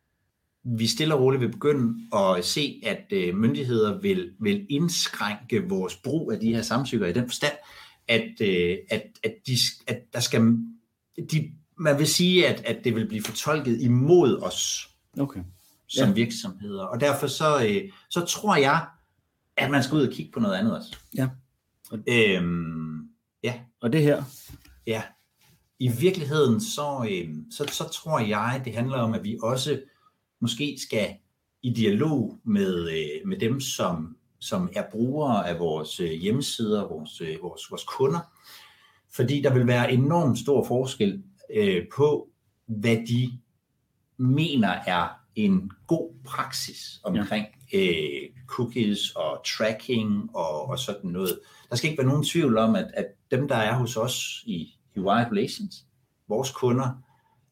vi stille og roligt vil begynde at se, at øh, myndigheder vil, vil indskrænke vores brug af de her samtykker i den forstand, at, øh, at, at, de, at der skal, de, man vil sige, at, at det vil blive fortolket imod os okay. som ja. virksomheder. Og derfor så, øh, så tror jeg, at man skal ud og kigge på noget andet også. Ja. Og, øhm, ja. og det her? Ja. I virkeligheden, så, øh, så, så tror jeg, det handler om, at vi også måske skal i dialog med, øh, med dem, som, som er brugere af vores øh, hjemmesider, vores, øh, vores, vores kunder. Fordi der vil være enormt stor forskel øh, på, hvad de mener er en god praksis omkring ja. øh, cookies og tracking og, og sådan noget. Der skal ikke være nogen tvivl om, at, at dem, der er hos os i, i Wired Relations, vores kunder,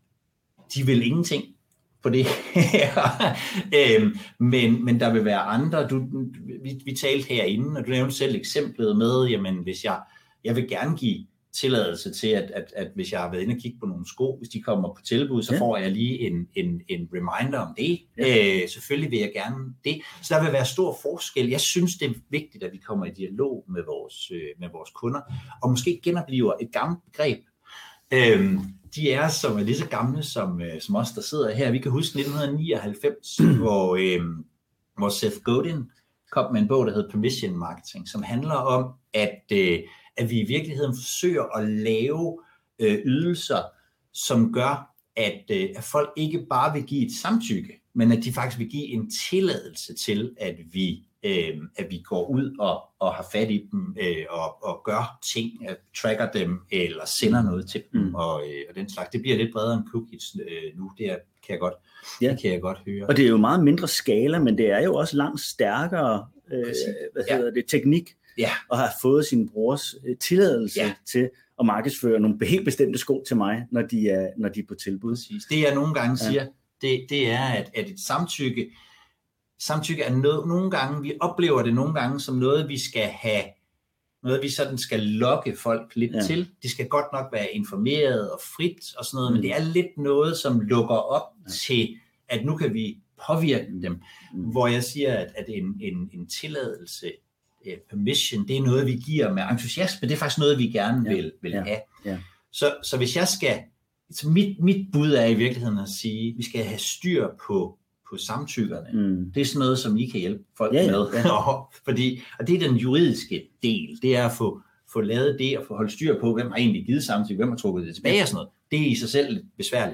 de vil ingenting på det her. øhm, men, men der vil være andre, du, vi, vi talte herinde, og du nævnte selv eksemplet med, jamen hvis jeg, jeg vil gerne give tilladelse til, at, at, at hvis jeg har været inde og kigge på nogle sko, hvis de kommer på tilbud, så ja. får jeg lige en, en, en reminder om det. Ja. Øh, selvfølgelig vil jeg gerne det. Så der vil være stor forskel. Jeg synes, det er vigtigt, at vi kommer i dialog med vores, øh, med vores kunder, og måske genopliver et gammelt begreb, Øhm, de er som er lige så gamle som, øh, som os, der sidder her. Vi kan huske nitten nioghalvfems, hvor, øh, hvor Seth Godin kom med en bog, der hedder Permission Marketing, som handler om, at, øh, at vi i virkeligheden forsøger at lave øh, ydelser, som gør, at, øh, at folk ikke bare vil give et samtykke, men at de faktisk vil give en tilladelse til, at vi, øh, at vi går ud og, og har fat i dem, øh, og, og gør ting, at tracker dem, eller sender noget til dem, mm. og, øh, og den slags. Det bliver lidt bredere end cookies øh, nu, det er, kan, jeg godt, ja. det kan jeg godt høre. Og det er jo meget mindre skala, men det er jo også langt stærkere øh, hvad hedder ja. det, teknik, ja. og har fået sin brors øh, tilladelse ja. til at markedsføre nogle helt bestemte sko til mig, når de er, når de er på tilbud. Præcis. Det jeg nogle gange siger, ja. det, det er, at, at et samtykke, samtykke er noget, nogle gange, vi oplever det nogle gange som noget, vi skal have, noget vi sådan skal lokke folk lidt ja. til. De skal godt nok være informeret og frit og sådan noget, mm. men det er lidt noget, som lukker op ja. til, at nu kan vi påvirke dem. Mm. Hvor jeg siger, at, at en, en, en tilladelse, permission, det er noget, vi giver med entusiasme. Det er faktisk noget, vi gerne ja. vil, vil ja. have. Ja. Så, så hvis jeg skal, så mit, mit bud er i virkeligheden at sige, at vi skal have styr på, på samtykkerne. Mm. Det er sådan noget, som I kan hjælpe folk ja, ja. med. Ja. Fordi, og det er den juridiske del. Det er at få, få lavet det og få holdt styr på, hvem har egentlig givet samtykke, hvem har trukket det tilbage og sådan noget. Det er i sig selv lidt besværligt.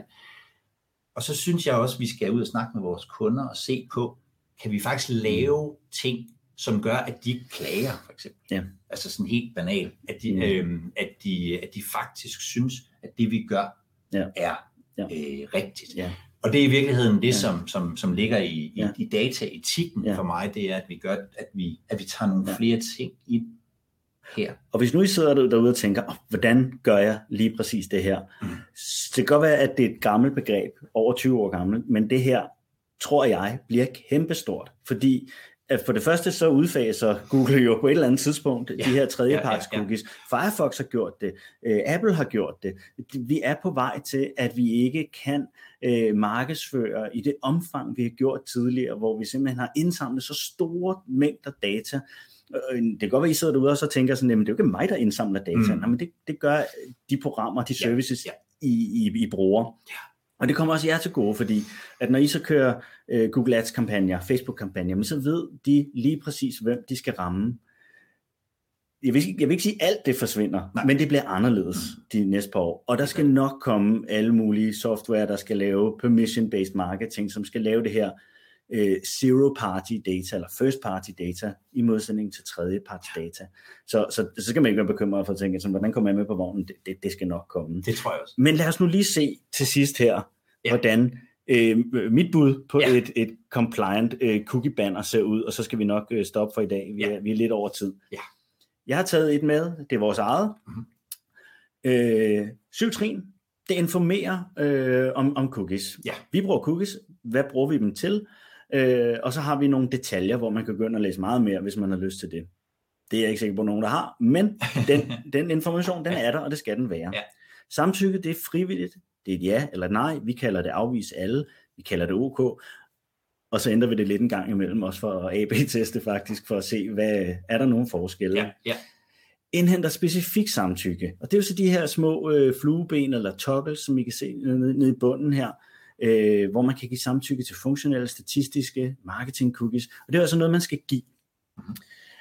Og så synes jeg også, at vi skal ud og snakke med vores kunder og se på, kan vi faktisk lave ting, som gør, at de klager, for eksempel. Ja. Altså sådan helt banalt, at de, mm. øhm, at, de, at de faktisk synes, at det vi gør, ja. er ja. Øh, rigtigt. Ja. Og det er i virkeligheden det, ja. som, som, som ligger i, i, ja. i dataetikken ja. for mig, det er, at vi gør, at vi, at vi tager nogle ja. flere ting ind her. Og hvis nu I sidder derude og tænker, oh, hvordan gør jeg lige præcis det her? Mm. Det kan godt være, at det er et gammelt begreb, over tyve år gammelt, men det her, tror jeg, bliver kæmpestort, fordi for det første så udfaser Google jo på et eller andet tidspunkt ja, de her tredjeparts ja, ja, ja. cookies. Firefox har gjort det, uh, Apple har gjort det. Vi er på vej til, at vi ikke kan uh, markedsføre i det omfang, vi har gjort tidligere, hvor vi simpelthen har indsamlet så store mængder data. Uh, det kan godt være, I sidder derude og så tænker sådan, jamen det er jo ikke mig, der indsamler data. Mm. Nej, men det, det gør de programmer, de services, ja, ja. I, I, I bruger. Ja. Og det kommer også jer til gode, fordi at når I så kører øh, Google Ads-kampagner, Facebook-kampagner, så ved de lige præcis, hvem de skal ramme. Jeg vil, jeg vil ikke sige, at alt det forsvinder, Nej. men det bliver anderledes de næste par år. Og der skal nok komme alle mulige software, der skal lave permission-based marketing, som skal lave det her øh, zero-party data, eller first-party data, i modsætning til tredje-party data. Så, så, så skal man ikke være bekymret for at tænke, sådan, hvordan kommer jeg med på vognen? Det, det, det skal nok komme. Det tror jeg også. Men lad os nu lige se til sidst her, ja. hvordan øh, mit bud på ja. et, et compliant øh, cookie-banner ser ud, og så skal vi nok øh, stoppe for i dag. Vi er, ja. vi er lidt over tid. Ja. Jeg har taget et med, det er vores eget. Mm-hmm. Øh, syv trin, det informerer øh, om, om cookies. Ja. Vi bruger cookies, hvad bruger vi dem til? Øh, og så har vi nogle detaljer, hvor man kan gå ind og læse meget mere, hvis man har lyst til det. Det er jeg ikke sikker på, nogen der har, men den, den information, den er der, og det skal den være. Ja. Samtykke, det er frivilligt. Det er et ja eller et nej. Vi kalder det afvise alle. Vi kalder det OK. Og så ændrer vi det lidt en gang imellem, også for at A B-teste faktisk, for at se, hvad er der nogle forskelle. Ja. Ja. Indhenter specifik samtykke. Og det er jo så de her små øh, flueben eller toggles, som I kan se nede, nede i bunden her, øh, hvor man kan give samtykke til funktionelle, statistiske, marketing cookies. Og det er altså noget, man skal give. Mm-hmm.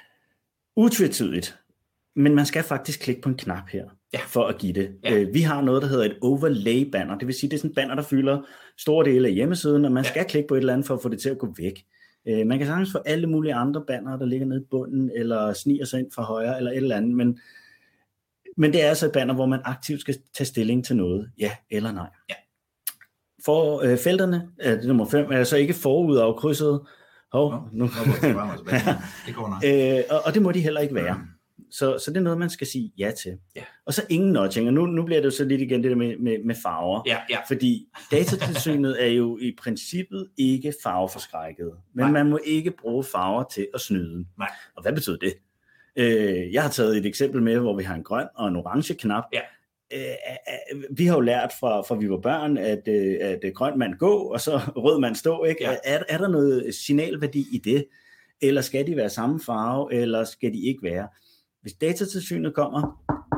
Utvetydigt. Men man skal faktisk klikke på en knap her, ja. for at give det. Ja. Øh, vi har noget, der hedder et overlay banner. Det vil sige, det er sådan et banner, der fylder store dele af hjemmesiden, og man ja. skal klikke på et eller andet for at få det til at gå væk. Øh, man kan sagtens få alle mulige andre banner, der ligger nede i bunden, eller sniger sig ind fra højre, eller et eller andet. Men, men det er altså et banner, hvor man aktivt skal tage stilling til noget. Ja eller nej. Ja. For øh, felterne, øh, nummer fem, er så ikke forud af krydset. Hov, Nå, nu. det går øh, og, og det må de heller ikke være. Så, så det er noget, man skal sige ja til. Ja. Og så ingen nudging. Og nu, nu bliver det jo så lidt igen det der med, med, med farver. Ja, ja. Fordi Datatilsynet er jo i princippet ikke farveforskrækket. Men Nej. man må ikke bruge farver til at snyde. Nej. Og hvad betyder det? Øh, jeg har taget et eksempel med, hvor vi har en grøn og en orange knap. Ja. Øh, vi har jo lært fra, fra vi var børn, at, at grøn mand gå, og så rød mand stå. Ikke? Ja. Er, er der noget signalværdi i det? Eller skal de være samme farve, eller skal de ikke være? Hvis Datatilsynet kommer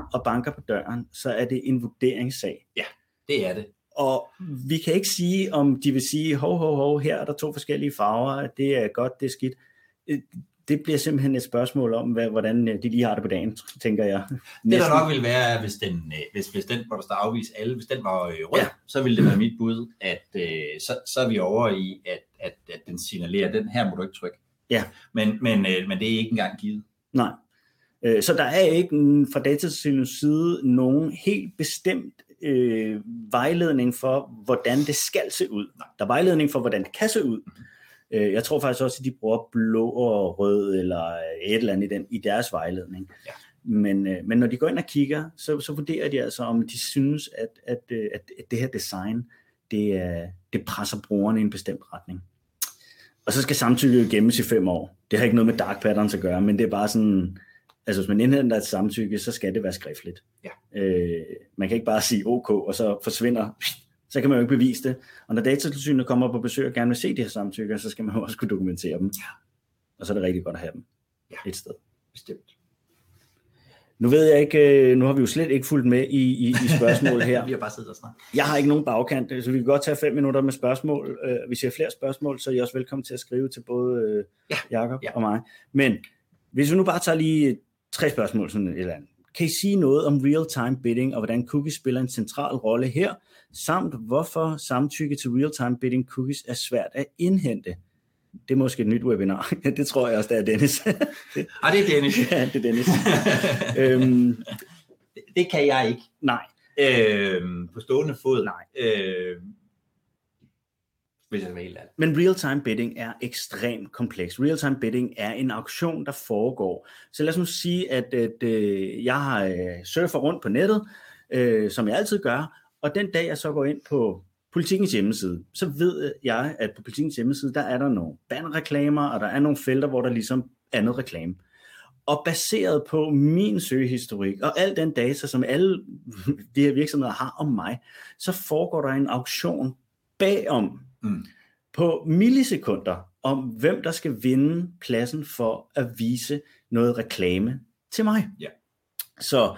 og banker på døren, så er det en vurderingssag. Ja, det er det. Og vi kan ikke sige, om de vil sige, hov, hov, hov, her er der to forskellige farver, det er godt, det er skidt. Det bliver simpelthen et spørgsmål om, hvad, hvordan de lige har det på dagen, tænker jeg. Næsten. Det der nok ville være, hvis den, hvis, hvis den hvor der står afvise alle, hvis den var rød, ja. Så ville det være mit bud, at øh, så, så er vi over i, at, at, at den signalerer, den her må du ikke trykke. Ja. Men, men, øh, men det er ikke engang givet. Nej. Så der er ikke fra Datatilsynets side nogen helt bestemt øh, vejledning for, hvordan det skal se ud. Der er vejledning for, hvordan det kan se ud. Øh, jeg tror faktisk også, at de bruger blå og rød eller et eller andet i, den, i deres vejledning. Ja. Men, øh, men når de går ind og kigger, så, så vurderer de altså, om de synes, at, at, at, at det her design, det, det presser brugerne i en bestemt retning. Og så skal samtykke gemmes i fem år. Det har ikke noget med dark patterns at gøre, men det er bare sådan... Altså hvis man indhenter et samtykke, så skal det være skriftligt. Ja. Øh, man kan ikke bare sige OK, og så forsvinder, så kan man jo ikke bevise det. Og når Datatilsynet kommer på besøg og gerne vil se de her samtykker, så skal man jo også kunne dokumentere dem. Ja. Og så er det rigtig godt at have dem ja. Et sted. Bestemt. Nu ved jeg ikke, nu har vi jo slet ikke fulgt med i, i, i spørgsmål her. Vi har bare siddet og snakket. Jeg har ikke nogen bagkant, så vi kan godt tage fem minutter med spørgsmål. Hvis I har flere spørgsmål, så er I også velkommen til at skrive til både ja. Jakob ja. Og mig. Men hvis vi nu bare tager lige tre spørgsmål sådan et eller andet. Kan I sige noget om real-time bidding, og hvordan cookies spiller en central rolle her, samt hvorfor samtykke til real-time bidding cookies er svært at indhente? Det er måske et nyt webinar. Det tror jeg også, det er Dennis. Ah, det er Dennis. Ja, det er Dennis. øhm, det, det kan jeg ikke. Nej. Øhm, på stående fod. Nej. Øhm, hvis jeg vil Men real-time bidding er ekstremt kompleks. Real-time bidding er en auktion, der foregår. Så lad os nu sige, at, at, at jeg har uh, surfer rundt på nettet, uh, som jeg altid gør, og den dag jeg så går ind på Politikens hjemmeside, så ved jeg, at på Politikens hjemmeside, der er der nogle bannerreklamer, og der er nogle felter, hvor der ligesom er noget reklame. Og baseret på min søgehistorik, og al den data, som alle de her virksomheder har om mig, så foregår der en auktion bagom, mm. på millisekunder, om hvem der skal vinde pladsen for at vise noget reklame til mig. Yeah. Så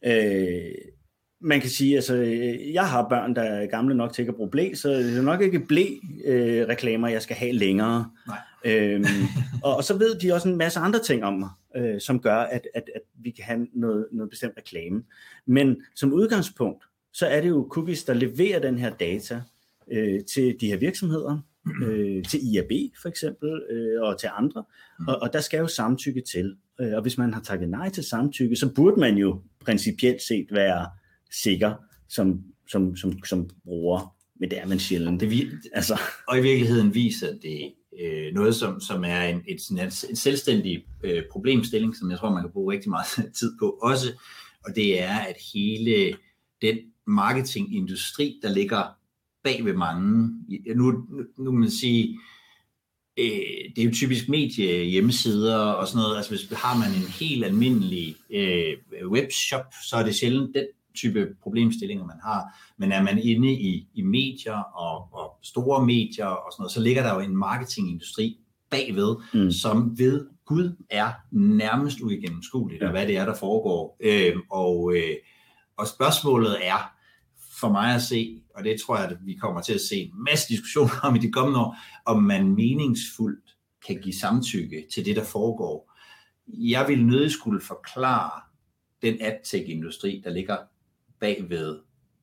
øh, man kan sige, altså jeg har børn, der er gamle nok til at bruge blæ, så det er nok ikke blæ-reklamer, øh, jeg skal have længere. Nej. øhm, og, og så ved de også en masse andre ting om mig, øh, som gør, at, at, at vi kan have noget, noget bestemt reklame. Men som udgangspunkt, så er det jo cookies, der leverer den her data øh, til de her virksomheder, øh, til I A B for eksempel, øh, og til andre, og, og der skal jo samtykke til. Øh, og hvis man har takket nej til samtykke, så burde man jo principielt set være sikker som, som, som, som bruger, men det er man sjældent. Det vir- altså. Og i virkeligheden viser det øh, noget, som, som er en, et, en selvstændig øh, problemstilling, som jeg tror, man kan bruge rigtig meget tid på også, og det er, at hele den marketingindustri, der ligger bag ved mange, nu, nu, nu kan man sige, øh, det er jo typisk medie hjemmesider og sådan noget, altså hvis har man en helt almindelig øh, webshop, så er det sjældent den type problemstillinger, man har, men er man inde i, i medier og, og store medier og sådan noget, så ligger der jo en marketingindustri bagved, mm. som ved Gud er nærmest uigennemskueligt, og hvad det er, der foregår. Øh, og, øh, og spørgsmålet er, for mig at se, og det tror jeg, at vi kommer til at se en masse diskussioner om i de kommende år, om man meningsfuldt kan give samtykke til det, der foregår. Jeg vil nødig skulle forklare den adtech-industri, der ligger bagved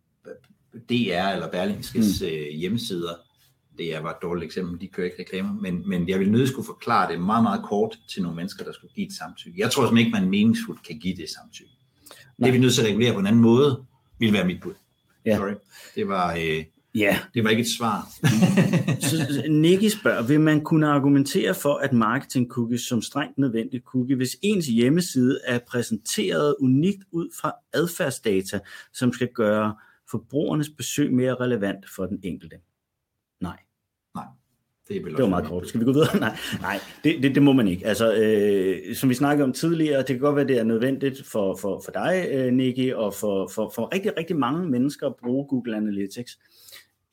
D R eller Berlingskes mm. øh, hjemmesider. Det er bare et dårligt eksempel, de kører ikke reklamer, men, men jeg vil nødig skulle forklare det meget, meget kort til nogle mennesker, der skulle give et samtykke. Jeg tror simpelthen ikke, man meningsfuldt kan give det samtykke. Nej. Det er vi nødt til at regulere på en anden måde, vil være mit bud. Ja. Sorry. Det var, øh, ja. det var ikke et svar. Så Nicky spørger, vil man kunne argumentere for, at marketing cookies som strengt nødvendig cookie, hvis ens hjemmeside er præsenteret unikt ud fra adfærdsdata, som skal gøre forbrugernes besøg mere relevant for den enkelte? Nej. Nej. Det, det var meget kort. Skal vi gå videre? Nej, nej det, det, det må man ikke. Altså, øh, som vi snakkede om tidligere, det kan godt være, det er nødvendigt for, for, for dig, øh, Nicky, og for, for, for rigtig, rigtig mange mennesker at bruge Google Analytics.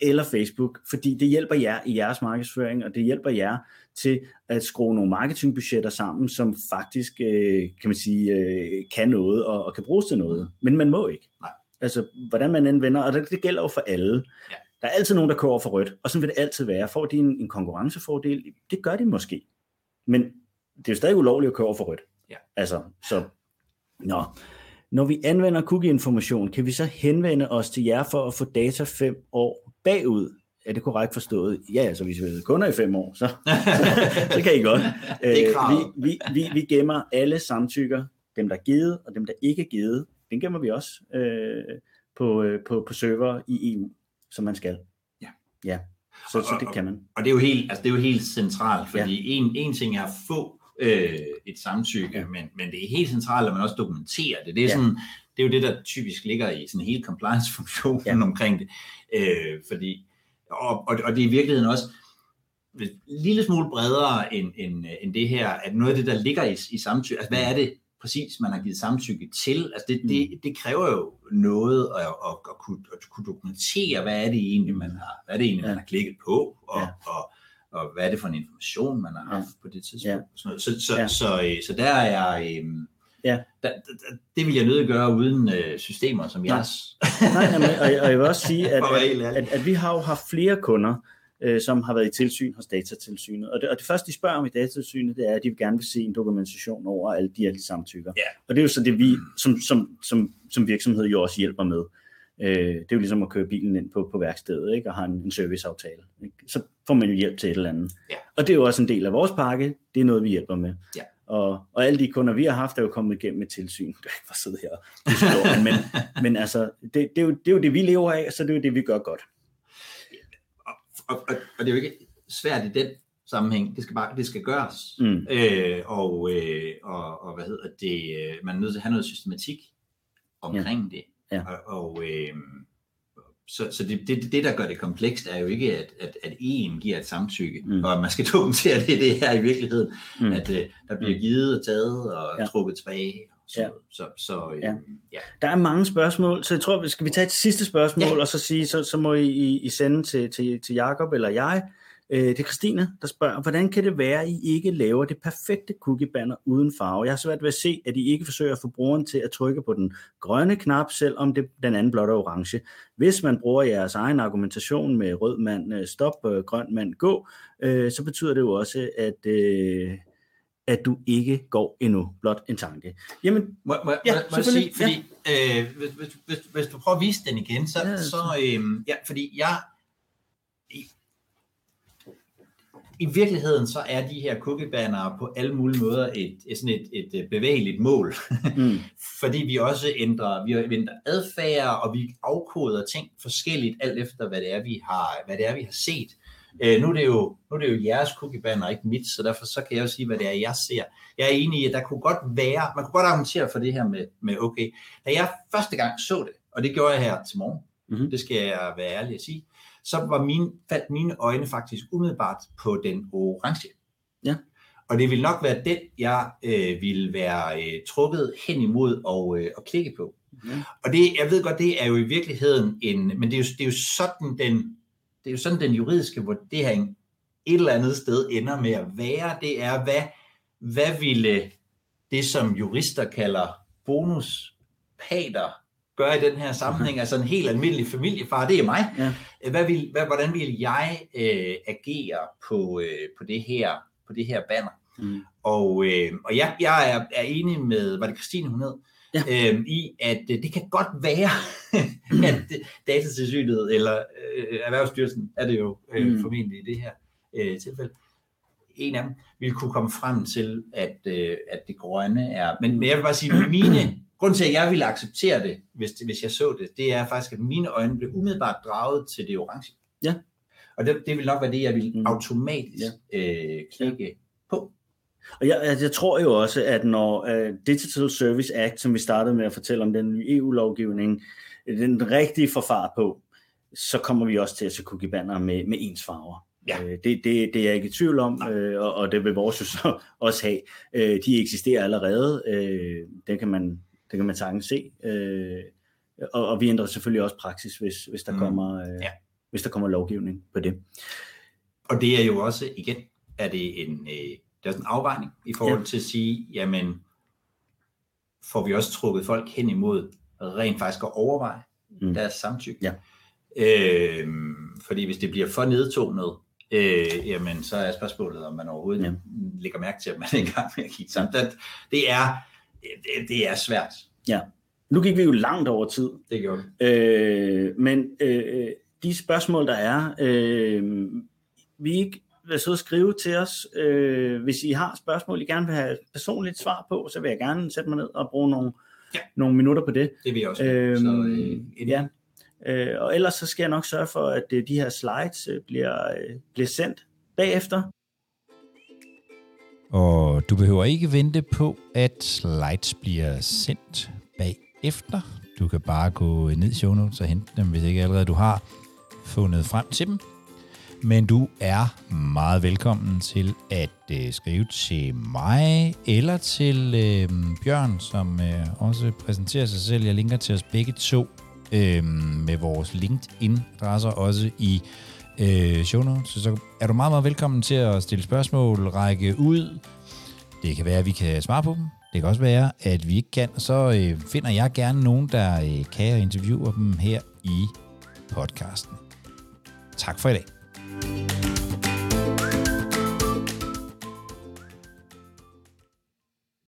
eller Facebook, fordi det hjælper jer i jeres markedsføring, og det hjælper jer til at skrue nogle marketingbudgetter sammen, som faktisk, øh, kan man sige, øh, kan noget og, og kan bruges til noget. Men man må ikke. Nej. Altså, hvordan man anvender, og det, det gælder jo for alle. Ja. Der er altid nogen, der kører over for rødt, og sådan vil det altid være. Får de en, en konkurrencefordel? Det gør de måske. Men det er jo stadig ulovligt at køre over for rødt. Ja. Altså, så... Nå. Når vi anvender cookie-information, kan vi så henvende os til jer for at få data fem år bagud? Er det korrekt forstået? Ja, altså hvis vi er kunder i fem år, så, så, så kan I godt. Det er kravet. vi, vi, vi, vi gemmer alle samtykker, dem der er givet og dem der ikke er givet. Den gemmer vi også øh, på, på, på server i E U, som man skal. Ja. Ja. Så, og, så det kan man. Og det er jo helt, altså det er jo helt centralt, fordi ja. en, en ting er at få øh, et samtykke, ja. men, men det er helt centralt, at man også dokumenterer det. Det er, sådan, ja. det er jo det, der typisk ligger i sådan hele compliance-funktionen ja. omkring det. Øh, fordi, og, og, og det er i virkeligheden også en lille smule bredere end, end, end det her, at noget af det, der ligger i, i samtykke, altså hvad er det præcis, man har givet samtykke til? Altså det, det, det kræver jo noget at, at, at, kunne, at kunne dokumentere, hvad er det egentlig, man har, hvad er det egentlig, man har klikket på, og, ja. og, og hvad er det for en information, man har haft ja. på det tidspunkt. Ja. Så, så, så, ja. så, så, så der er øhm, ja. der, der, det vil jeg nødt gøre uden øh, systemer som jeres. Nej, nej, og, og jeg vil også sige, at, at, at, at vi har jo haft flere kunder, øh, som har været i tilsyn hos Datatilsynet. Og det, og det første, de spørger om i Datatilsynet, det er, at de vil gerne vil se en dokumentation over alle de her samtykker. Ja. Og det er jo så det, vi som, som, som, som virksomhed jo også hjælper med. Øh, det er jo ligesom at køre bilen ind på, på værkstedet, ikke? Og have en, en serviceaftale. Ikke? Så får man jo hjælp til et eller andet. Ja. Og det er jo også en del af vores pakke. Det er noget, vi hjælper med. Ja. Og, og alle de kunder, vi har haft, er jo kommet igennem et tilsyn. Det er ikke for at sidde her og slå, men, men altså, det, det, er jo, det er jo det, vi lever af, så det er jo det, vi gør godt. Og, og, og, og det er jo ikke svært i den sammenhæng. Det skal bare, det skal gøres. Mm. Øh, og, øh, og, og hvad hedder det? Man er nødt til at have noget systematik omkring ja. det. Ja. Og, og øh, så, så det, det, det, der gør det komplekst, er jo ikke, at, at, at en giver et samtykke, mm. og at man skal dokumentere det, det her i virkeligheden, mm. at uh, der bliver givet og taget og ja. trukket tilbage. Så, ja. så, så øh, ja. ja. Der er mange spørgsmål, så jeg tror, skal vi tage et sidste spørgsmål, ja. og så sige, så, så må I, I sende til, til, til Jakob eller jeg. Det er Christine, der spørger, hvordan kan det være, at I ikke laver det perfekte cookie-banner uden farve? Jeg har svært ved at se, at I ikke forsøger at få brugeren til at trykke på den grønne knap, selvom det, den anden blot er orange. Hvis man bruger jeres egen argumentation med rød mand stop, grøn mand gå, øh, så betyder det jo også, at, øh, at du ikke går endnu, blot en tanke. Jamen, må, må, ja, må jeg sige, fordi ja. øh, hvis, hvis, hvis, hvis du prøver at vise den igen, så, ja, så øh, ja, fordi jeg I virkeligheden så er de her cookie-bannere på alle mulige måder et, et, sådan et, et bevægeligt mål, mm. fordi vi også ændrer, vi ændrer adfærd, og vi afkoder ting forskelligt, alt efter hvad det er, vi har, hvad det er, vi har set. Øh, nu, er det jo, nu er det jo jeres cookie-banner, ikke mit, så derfor så kan jeg jo sige, hvad det er, jeg ser. Jeg er enig i, at der kunne godt være, man kunne godt argumentere for det her med, med okay. Da jeg første gang så det, og det gjorde jeg her til morgen, mm-hmm. det skal jeg være ærlig at sige, så var mine, faldt mine øjne faktisk umiddelbart på den orange. Ja. Og det ville nok være den, jeg øh, ville være øh, trukket hen imod og, øh, og klikke på. Ja. Og det, jeg ved godt, det er jo i virkeligheden en, men det er jo, det er jo sådan den, det er jo sådan den juridiske vurdering et eller andet sted ender med at være. Det er, hvad, hvad ville det, som jurister kalder bonuspater, gør i den her sammenhæng, altså en helt almindelig familiefar, det er mig. Ja. Hvad vil, hvad, hvordan vil jeg øh, agere på, øh, på, det her, på det her banner? Mm. Og, øh, og jeg, jeg er, er enig med, var det Christine, hun hed, ja. øh, i, at øh, det kan godt være, at Datatilsynet eller øh, Erhvervsstyrelsen, er det jo øh, mm. formentlig i det her øh, tilfælde, en af dem, vil kunne komme frem til, at, øh, at det grønne er, men, men jeg vil bare sige, mine grunden til, at jeg ville acceptere det, hvis, hvis jeg så det, det er faktisk, at mine øjne blev umiddelbart draget til det orange. Ja. Og det, det vil nok være det, jeg vil automatisk ja. øh, klikke ja. på. Og jeg, jeg tror jo også, at når uh, Digital Service Act, som vi startede med at fortælle om, den nye E U-lovgivning, den rigtige får fart på, så kommer vi også til at se cookie-banner med, med ens farver. Ja. Det, det, det er jeg ikke i tvivl om, øh, og, og det vil vores jo så også have. Øh, de eksisterer allerede. Øh, det kan man Det kan man sagtens se, øh, og, og vi ændrer selvfølgelig også praksis, hvis, hvis der mm. kommer, øh, ja. hvis der kommer lovgivning på det. Og det er jo også, igen, er det en, øh, det er en afvejning i forhold ja. til at sige, jamen, får vi også trukket folk hen imod rent faktisk at overveje mm. deres samtykke. Ja. Øh, fordi hvis det bliver for nedtonet, øh, jamen, så er spørgsmålet, om man overhovedet ja. lægger mærke til, at man er i gang med at kigge sammen. Det, det, er, det, det er svært. Ja. Nu gik vi jo langt over tid. Det gjorde det. Øh, men øh, de spørgsmål, der er, øh, vi ikke vil så skrive til os, øh, hvis I har spørgsmål, I gerne vil have personligt svar på, så vil jeg gerne sætte mig ned og bruge nogle, ja. nogle minutter på det. Det vil jeg også. Øh, så, øh, ja. øh, og ellers så skal jeg nok sørge for, at øh, de her slides øh, bliver, øh, bliver sendt bagefter. Og du behøver ikke vente på, at slides bliver sendt bagefter. Du kan bare gå ned i show notes og hente dem, hvis ikke allerede du har fundet frem til dem. Men du er meget velkommen til at øh, skrive til mig eller til øh, Bjørn, som øh, også præsenterer sig selv. Jeg linker til os begge to øh, med vores LinkedIn-adresser også i øh, show notes. Så er du meget, meget velkommen til at stille spørgsmål, række ud. Det kan være, at vi kan svare på dem. Det kan også være, at vi ikke kan. Så øh, finder jeg gerne nogen, der øh, kan interviewe dem her i podcasten. Tak for i dag.